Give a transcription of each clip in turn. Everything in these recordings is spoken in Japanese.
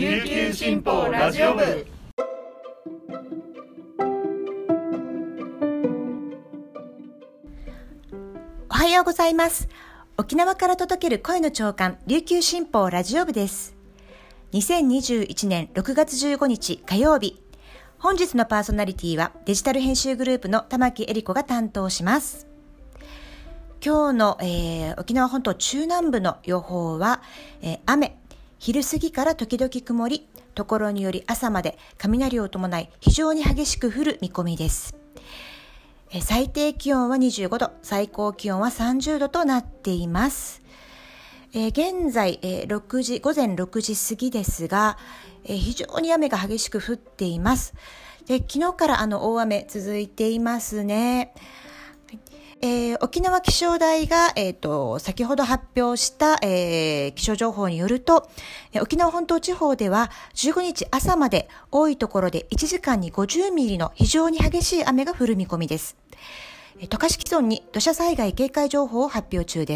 琉球新報ラジオ部。 おはようございます。沖縄から届ける声の朝刊琉球新報ラジオ部です。2021年6月15日火曜日、本日のパーソナリティはデジタル編集グループの玉木恵里子が担当します。今日の、沖縄本島中南部の予報は、雨、昼過ぎから時々曇り、ところにより朝まで雷を伴い非常に激しく降る見込みです。最低気温は25度、最高気温は30度となっています。現在、午前6時過ぎですが、非常に雨が激しく降っています。で、昨日から大雨続いていますね。沖縄気象台が、先ほど発表した、気象情報によると、沖縄本島地方では15日朝まで多いところで1時間に50ミリの非常に激しい雨が降る見込みです。渡嘉敷村に土砂災害警戒情報を発表中です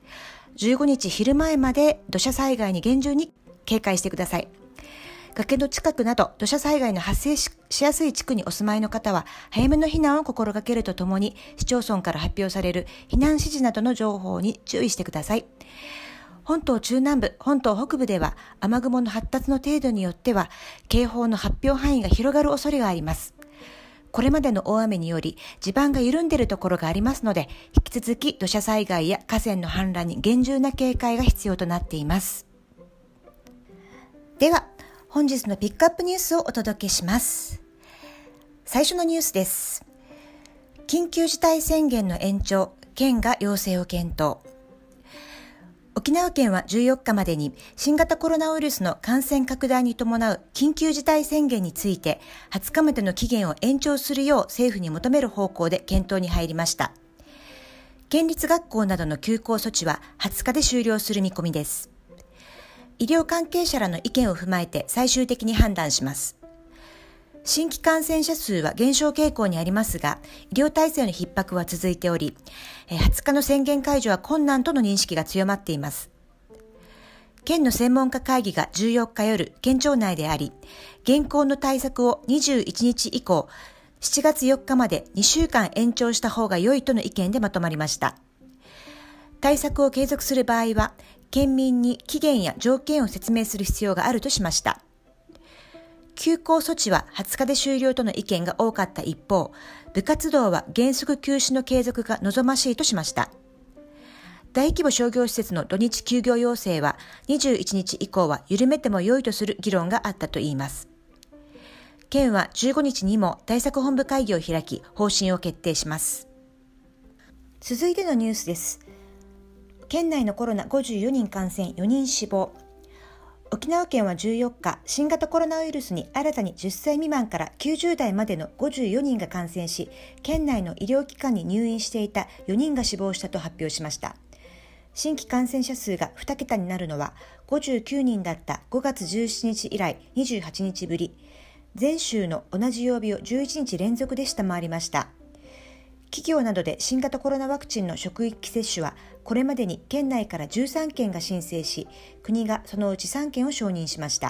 。15日昼前まで土砂災害に厳重に警戒してください。崖の近くなど土砂災害の発生 しやすい地区にお住まいの方は早めの避難を心がけるとともに、市町村から発表される避難指示などの情報に注意してください。本島中南部、本島北部では雨雲の発達の程度によっては警報の発表範囲が広がる恐れがあります。これまでの大雨により地盤が緩んでいるところがありますので、引き続き土砂災害や河川の氾濫に厳重な警戒が必要となっています。では本日のピックアップニュースをお届けします。最初のニュースです。緊急事態宣言の延長、県が要請を検討。沖縄県は14日までに新型コロナウイルスの感染拡大に伴う緊急事態宣言について20日までの期限を延長するよう政府に求める方向で検討に入りました。県立学校などの休校措置は20日で終了する見込みです。医療関係者らの意見を踏まえて最終的に判断します。新規感染者数は減少傾向にありますが、医療体制の逼迫は続いており、20日の宣言解除は困難との認識が強まっています。県の専門家会議が14日夜、県庁内であり、現行の対策を21日以降、7月4日まで2週間延長した方が良いとの意見でまとまりました。対策を継続する場合は、県民に期限や条件を説明する必要があるとしました。休校措置は20日で終了との意見が多かった一方、部活動は原則休止の継続が望ましいとしました。大規模商業施設の土日休業要請は21日以降は緩めても良いとする議論があったといいます。県は15日にも対策本部会議を開き、方針を決定します。続いてのニュースです。県内のコロナ54人感染、4人死亡。沖縄県は14日、新型コロナウイルスに新たに10歳未満から90代までの54人が感染し、県内の医療機関に入院していた4人が死亡したと発表しました。新規感染者数が2桁になるのは59人だった5月17日以来28日ぶり、前週の同じ曜日を11日連続で下回りました。企業などで新型コロナワクチンの職域接種はこれまでに県内から13件が申請し、国がそのうち3件を承認しました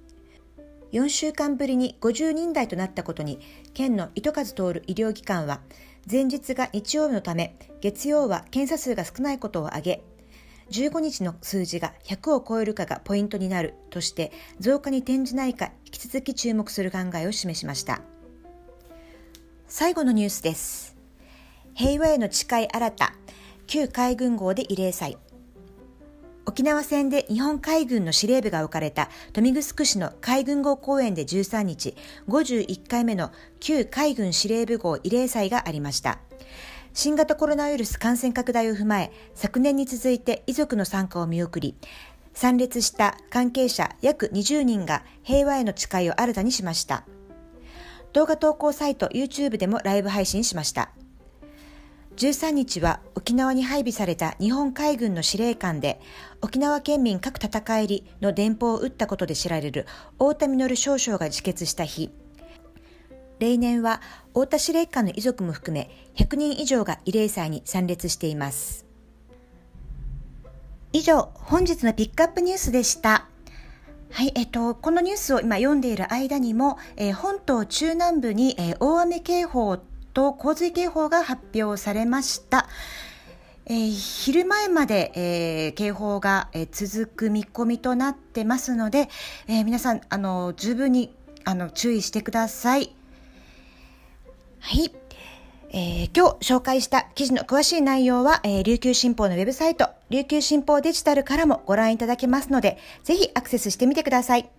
。4週間ぶりに50人台となったことに、県の糸数通る医療機関は前日が日曜日のため月曜は検査数が少ないことを挙げ、15日の数字が100を超えるかがポイントになるとして増加に転じないか引き続き注目する考えを示しました。最後のニュースです。平和への誓い新た、旧海軍号で慰霊祭。沖縄戦で日本海軍の司令部が置かれた豊見城市の海軍号公園で13日、51回目の旧海軍司令部号慰霊祭がありました。新型コロナウイルス感染拡大を踏まえ、昨年に続いて遺族の参加を見送り、参列した関係者約20人が平和への誓いを新たにしました。動画投稿サイト YouTube でもライブ配信しました。13日は沖縄に配備された日本海軍の司令官で、沖縄県民各戦いりの電報を打ったことで知られる太田稔少将が自決した日。例年は太田司令官の遺族も含め100人以上が慰霊祭に参列しています。以上、本日のピックアップニュースでした。 はい、このニュースを今読んでいる間にも、本島中南部に、大雨警報と洪水警報が発表されました。昼前まで、警報が、続く見込みとなってますので、皆さん十分に注意してください。はい、今日紹介した記事の詳しい内容は、琉球新報のウェブサイト琉球新報デジタルからもご覧いただけますので、ぜひアクセスしてみてください。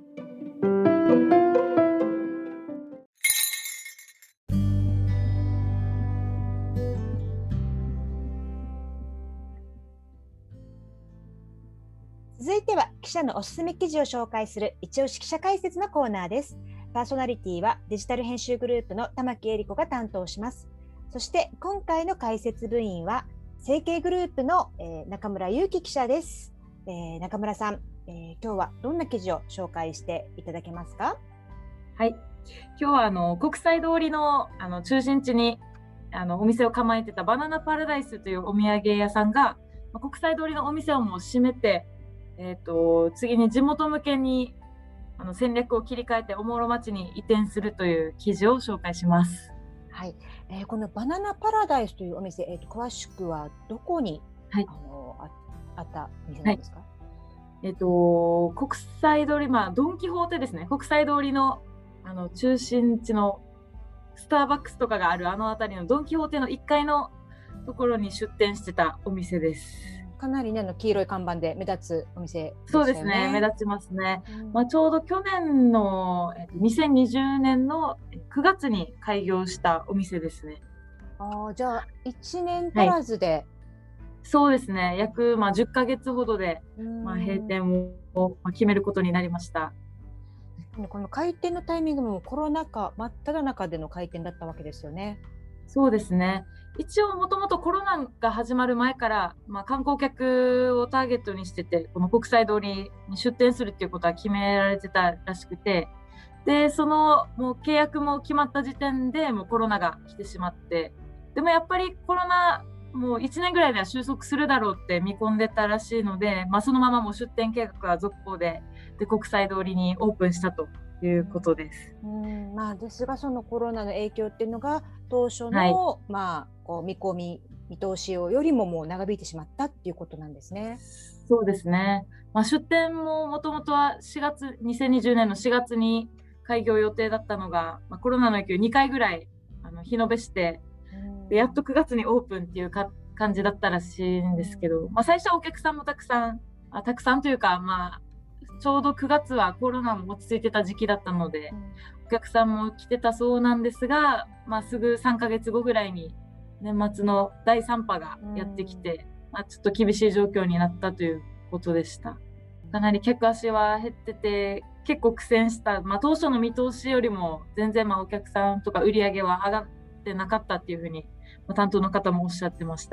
続いては記者のおすすめ記事を紹介する一押し記者解説のコーナーです。パーソナリティはデジタル編集グループの玉木恵理子が担当します。そして今回の解説部員は成蹊グループの、中村祐樹記者です。中村さん、今日はどんな記事を紹介していただけますか？ はい、今日は国際通りの中心地にお店を構えてたバナナパラダイスというお土産屋さんが国際通りのお店をもう閉めて、次に地元向けに戦略を切り替えておもろ町に移転するという記事を紹介します。 はい、このバナナパラダイスというお店、詳しくはどこに、はい、あった店なんですか？ はい、国際通り、ドン・キホーテですね。国際通りの中心地のスターバックスとかがある辺りのドン・キホーテの1階のところに出店してたお店です。 かなりね、黄色い看板で目立つお店でしたよね。 そうですね、目立ちますね。ちょうど去年の2020年の9月に開業したお店ですね。 じゃあ1年足らずで、はい、 そうですね、約10ヶ月ほどで閉店を決めることになりました。 この開店のタイミングもコロナ禍真っ只中での開店だったわけですよね。 そうですね。一応もともとコロナが始まる前から、観光客をターゲットにしてて、この国際通りに出店するっていうことは決められてたらしくて、でもう契約も決まった時点でもうコロナが来てしまって、でもやっぱりコロナもう1年ぐらいでは収束するだろうって見込んでたらしいので、そのままもう出店計画は続行で国際通りにオープンしたということです。 ですがそのコロナの影響っていうのが当初の、こう見込み見通しよりももう長引いてしまったっていうことなんですね。 そうですね。出店ももともとは2020年の4月に開業予定だったのが、コロナの影響2回ぐらい日延べして、でやっと9月にオープンっていう感じだったらしいんですけど、最初はお客さんもたくさんというか、ちょうど9月はコロナも落ち着いてた時期だったので、お客さんも来てたそうなんですが、すぐ3ヶ月後ぐらいに年末の第3波がやってきて、ちょっと厳しい状況になったということでした。かなり客足は減ってて結構苦戦した、当初の見通しよりも全然お客さんとか売り上げは上がってなかったっていうふうに担当の方もおっしゃってました。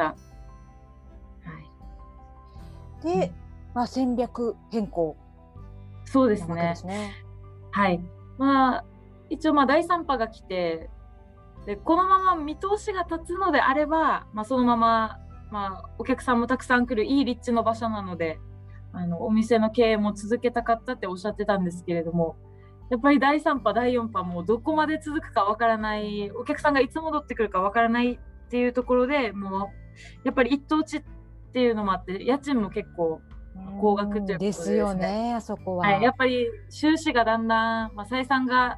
で、戦略変更。 そうですね。はい。一応第3波が来て、でこのまま見通しが立つのであれば、そのまま、お客さんもたくさん来るいい立地の場所なので、お店の経営も続けたかったっておっしゃってたんですけれども、やっぱり第3波第4波もどこまで続くかわからない、お客さんがいつ戻ってくるかわからないっていうところで、もうやっぱり一等地っていうのもあって、家賃も結構高額ということですよね。あそこは、 やっぱり収支がだんだん、採算が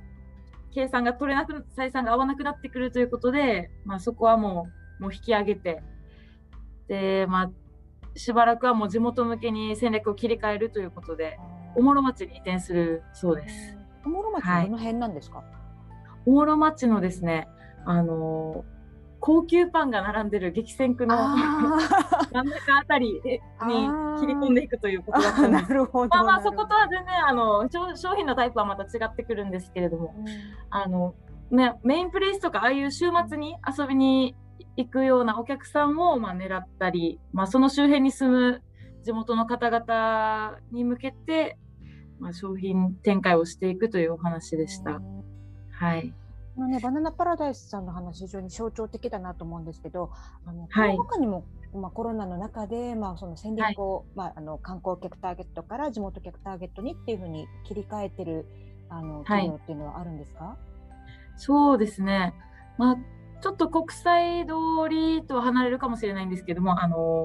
合わなくなってくるということで、そこはもう引き上げて、で、しばらくはもう地元向けに戦略を切り替えるということで、おもろ町に移転するそうです。 おもろ町はどの辺なんですか？ おもろ町のですね、高級パンが並んでる激戦区の真ん中あたりに切り込んでいくということだったんです。 なるほど。 そことは全然商品のタイプはまた違ってくるんですけれども、メインプレイスとかああいう週末に遊びに行くようなお客さんを狙ったり、その周辺に住む地元の方々に向けて、商品展開をしていくというお話でした。はい。 バナナパラダイスさんの話、非常に象徴的だなと思うんですけど、この他にも、コロナの中で、その戦略を、観光客ターゲットから地元客ターゲットにっていうふうに切り替えてる企業っていうのはあるんですか？ そうですね、ちょっと国際通りとは離れるかもしれないんですけども、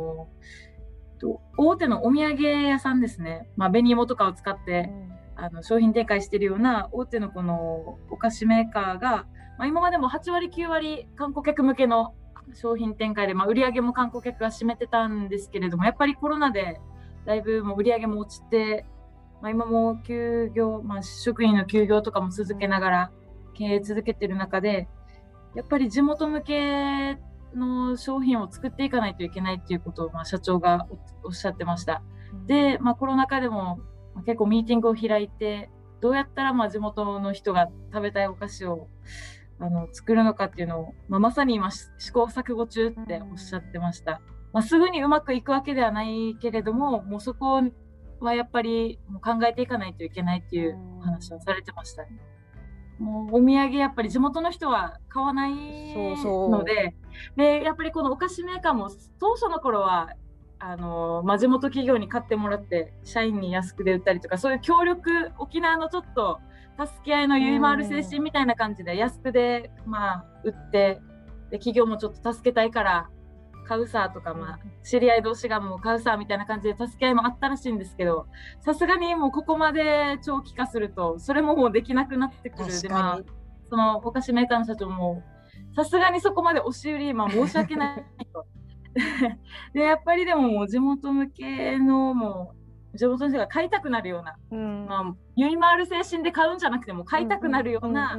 大手のお土産屋さんですね、紅芋とかを使って、商品展開しているような大手のこのお菓子メーカーが、今までも8割9割観光客向けの商品展開で、売り上げも観光客が占めてたんですけれども、やっぱりコロナでだいぶもう売り上げも落ちて、今も休業、職員の休業とかも続けながら経営続けている中で、やっぱり地元向けの商品を作っていかないといけないっていうことを、社長がおっしゃってました。で、コロナ禍でも結構ミーティングを開いて、どうやったら地元の人が食べたいお菓子を作るのかっていうのを、まさに今試行錯誤中っておっしゃってました。すぐにうまくいくわけではないけれども、もうそこはやっぱりもう考えていかないといけないっていう話をされてましたね。もうお土産やっぱり地元の人は買わないので、でやっぱりこのお菓子メーカーも当初の頃は地元企業に買ってもらって社員に安くで売ったりとか、そういう協力、沖縄のちょっと助け合いのゆいまーる精神みたいな感じで安くで売って、で企業もちょっと助けたいから買うさとか、知り合い同士がもう買うさみたいな感じで助け合いもあったらしいんですけど、さすがにもうここまで長期化するとそれももうできなくなってくる。で、そのお菓子メーカーの社長もさすがにそこまで押し売り、申し訳ないとでやっぱりでももう地元向けのもう地元の人が買いたくなるような、ゆいまーる精神で買うんじゃなくても買いたくなるような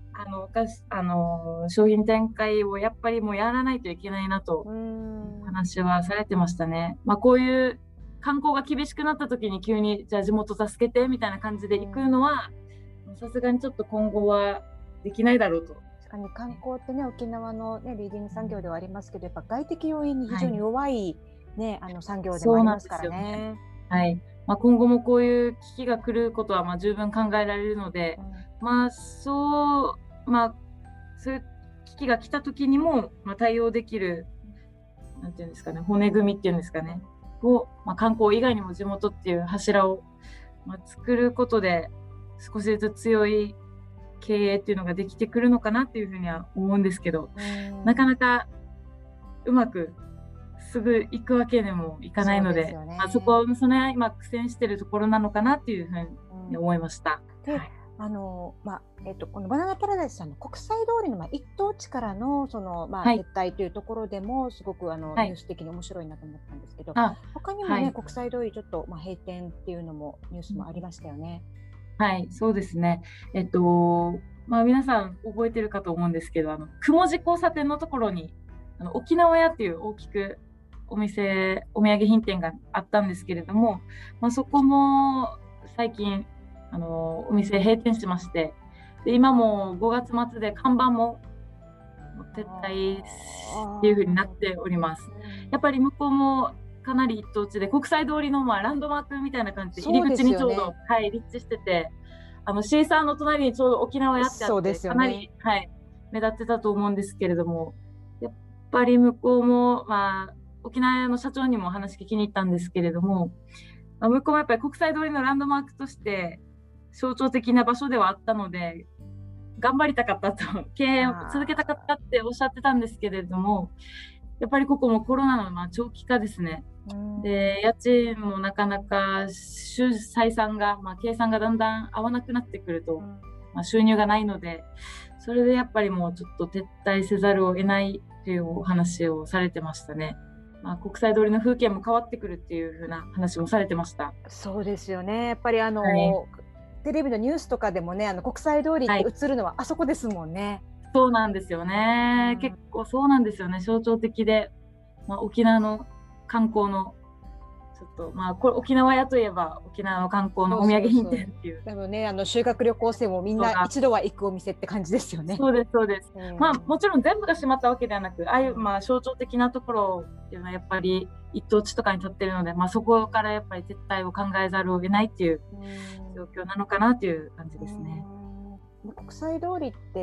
商品展開をやっぱりもうやらないといけないなと話はされてましたね。こういう観光が厳しくなった時に急にじゃあ地元助けてみたいな感じで行くのはさすがにちょっと今後はできないだろうと。 確かに観光ってね、沖縄の、リーディング産業ではありますけど、やっぱ外的要因に非常に弱い、産業でもありますからね。 今後もこういう危機が来ることは十分考えられるので、そういう危機が来た時にも、対応できるなんていうんですかね、骨組みっていうんですかねを、観光以外にも地元っていう柱を、作ることで少しずつ強い経営っていうのができてくるのかなっていうふうには思うんですけど、なかなかうまくすぐ行くわけでもいかないので、そこはその今苦戦してるところなのかなっていうふうに思いました。 このバナナパラダイスさんの国際通りの一等地からの撤退というところでもすごくニュース的に面白いなと思ったんですけど、他にもね、国際通りちょっと閉店っていうのもニュースもありましたよね。 そうですね。皆さん覚えてるかと思うんですけど、雲路交差点のところに沖縄屋っていう大きくお土産品店があったんですけれども、そこも最近お店閉店しまして、で今も5月末で看板も撤退っていう風になっております。やっぱり向こうもかなり一等地で国際通りのランドマークみたいな感じで入り口にちょうど、立地してて、シーサーの隣にちょうど沖縄やってあって、かなり、目立ってたと思うんですけれども、やっぱり向こうも、沖縄の社長にも話聞きに行ったんですけれども、向こうもやっぱり国際通りのランドマークとして象徴的な場所ではあったので、頑張りたかったと、経営を続けたかったっておっしゃってたんですけれども、やっぱりここもコロナの長期化ですね。で、家賃もなかなか採算が、計算がだんだん合わなくなってくると、収入がないので、それでやっぱりもうちょっと撤退せざるを得ないというお話をされてましたね。国際通りの風景も変わってくるっていう風な話もされてました。 そうですよね。やっぱりテレビのニュースとかでもね、国際通りって映るのはあそこですもんね。 そうなんですよね。結構そうなんですよね。象徴的で、沖縄の観光のちょっとこれ沖縄屋といえば沖縄の観光のお土産品店っていう。 多分ね、修学旅行生もみんな一度は行くお店って感じですよね。 そうですそうです。もちろん全部が閉まったわけではなく、ああいう象徴的なところっていうのはやっぱり一等地とかに立ってるので、そこからやっぱり撤退を考えざるを得ないっていう状況なのかなという感じですね。 国際通りって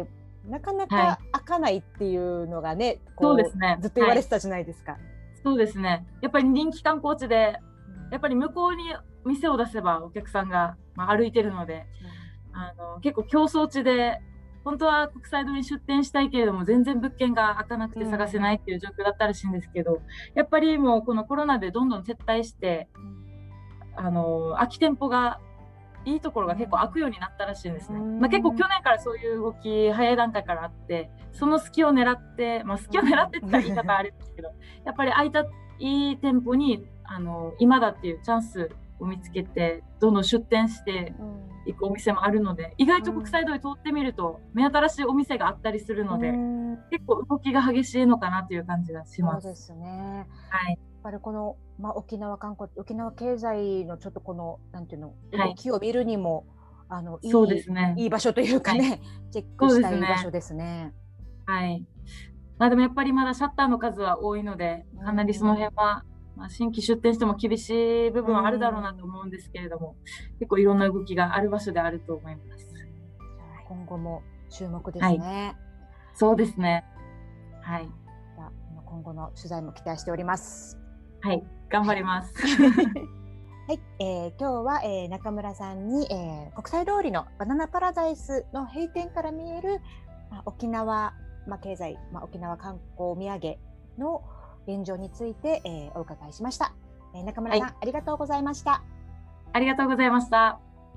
なかなか開かないっていうのがね、 そうですね、 ずっと言われてたじゃないですか。 そうですね。やっぱり人気観光地で、やっぱり向こうに店を出せばお客さんが、歩いてるので、結構競争地で、本当は国際通りに出店したいけれども全然物件が開かなくて探せないっていう状況だったらしいんですけど、やっぱりもうこのコロナでどんどん撤退して、空き店舗がいいところが結構開くようになったらしいんですね。結構去年からそういう動き早い段階からあって、その隙を狙って、隙を狙ってって言い方あれですけどやっぱり開いたいい店舗に今だっていうチャンスを見つけてどんどん出店していくお店もあるので、意外と国際通り通ってみると目新しいお店があったりするので、結構動きが激しいのかなという感じがします。 そうですね。 はい。 やっぱりこの、沖縄観光、沖縄経済のちょっとこのなんていうの、動きを見るにも、 そうですね、 いい場所というかね、チェックしたい場所ですね。 はい。でもやっぱりまだシャッターの数は多いので、かなりその辺は、新規出店しても厳しい部分はあるだろうなと思うんですけれども、結構いろんな動きがある場所であると思います。 今後も注目ですね。 そうですね。はい。 今後の取材も期待しております。 はい、頑張ります。 はい、今日は、中村さんに、国際通りのバナナパラダイスの閉店から見える、沖縄、経済、沖縄観光お土産の現状について、お伺いしました。中村さん、ありがとうございました。 ありがとうございました。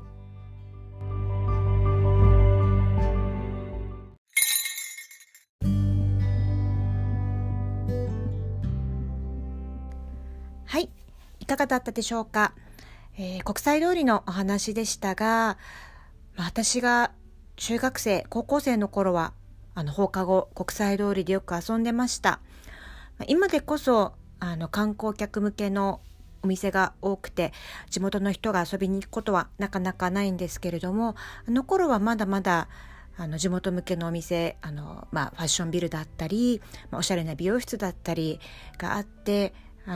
はい、いかがだったでしょうか。国際通りのお話でしたが、私が中学生、高校生の頃は放課後国際通りでよく遊んでました。今でこそ観光客向けのお店が多くて地元の人が遊びに行くことはなかなかないんですけれども、頃はまだまだ地元向けのお店、ファッションビルだったり、おしゃれな美容室だったりがあって、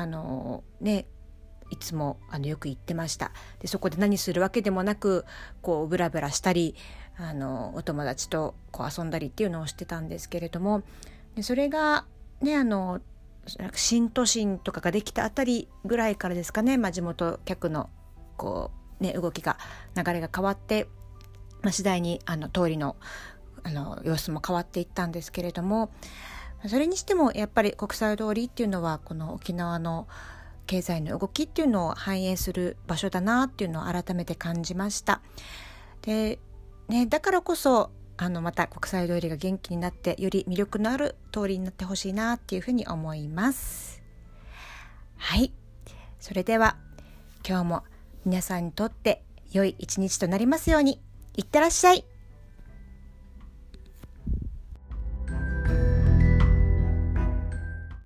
いつもよく行ってました。でそこで何するわけでもなくブラブラしたりお友達と遊んだりっていうのをしてたんですけれども、でそれがね新都心とかができたあたりぐらいからですかね、地元客の動きが流れが変わって、次第に通りの様子も変わっていったんですけれども、それにしてもやっぱり国際通りっていうのはこの沖縄の経済の動きっていうのを反映する場所だなっていうのを改めて感じました。で、だからこそまた国際通りが元気になってより魅力のある通りになってほしいなっていうふうに思います。はい、それでは今日も皆さんにとって良い一日となりますように。いってらっしゃい。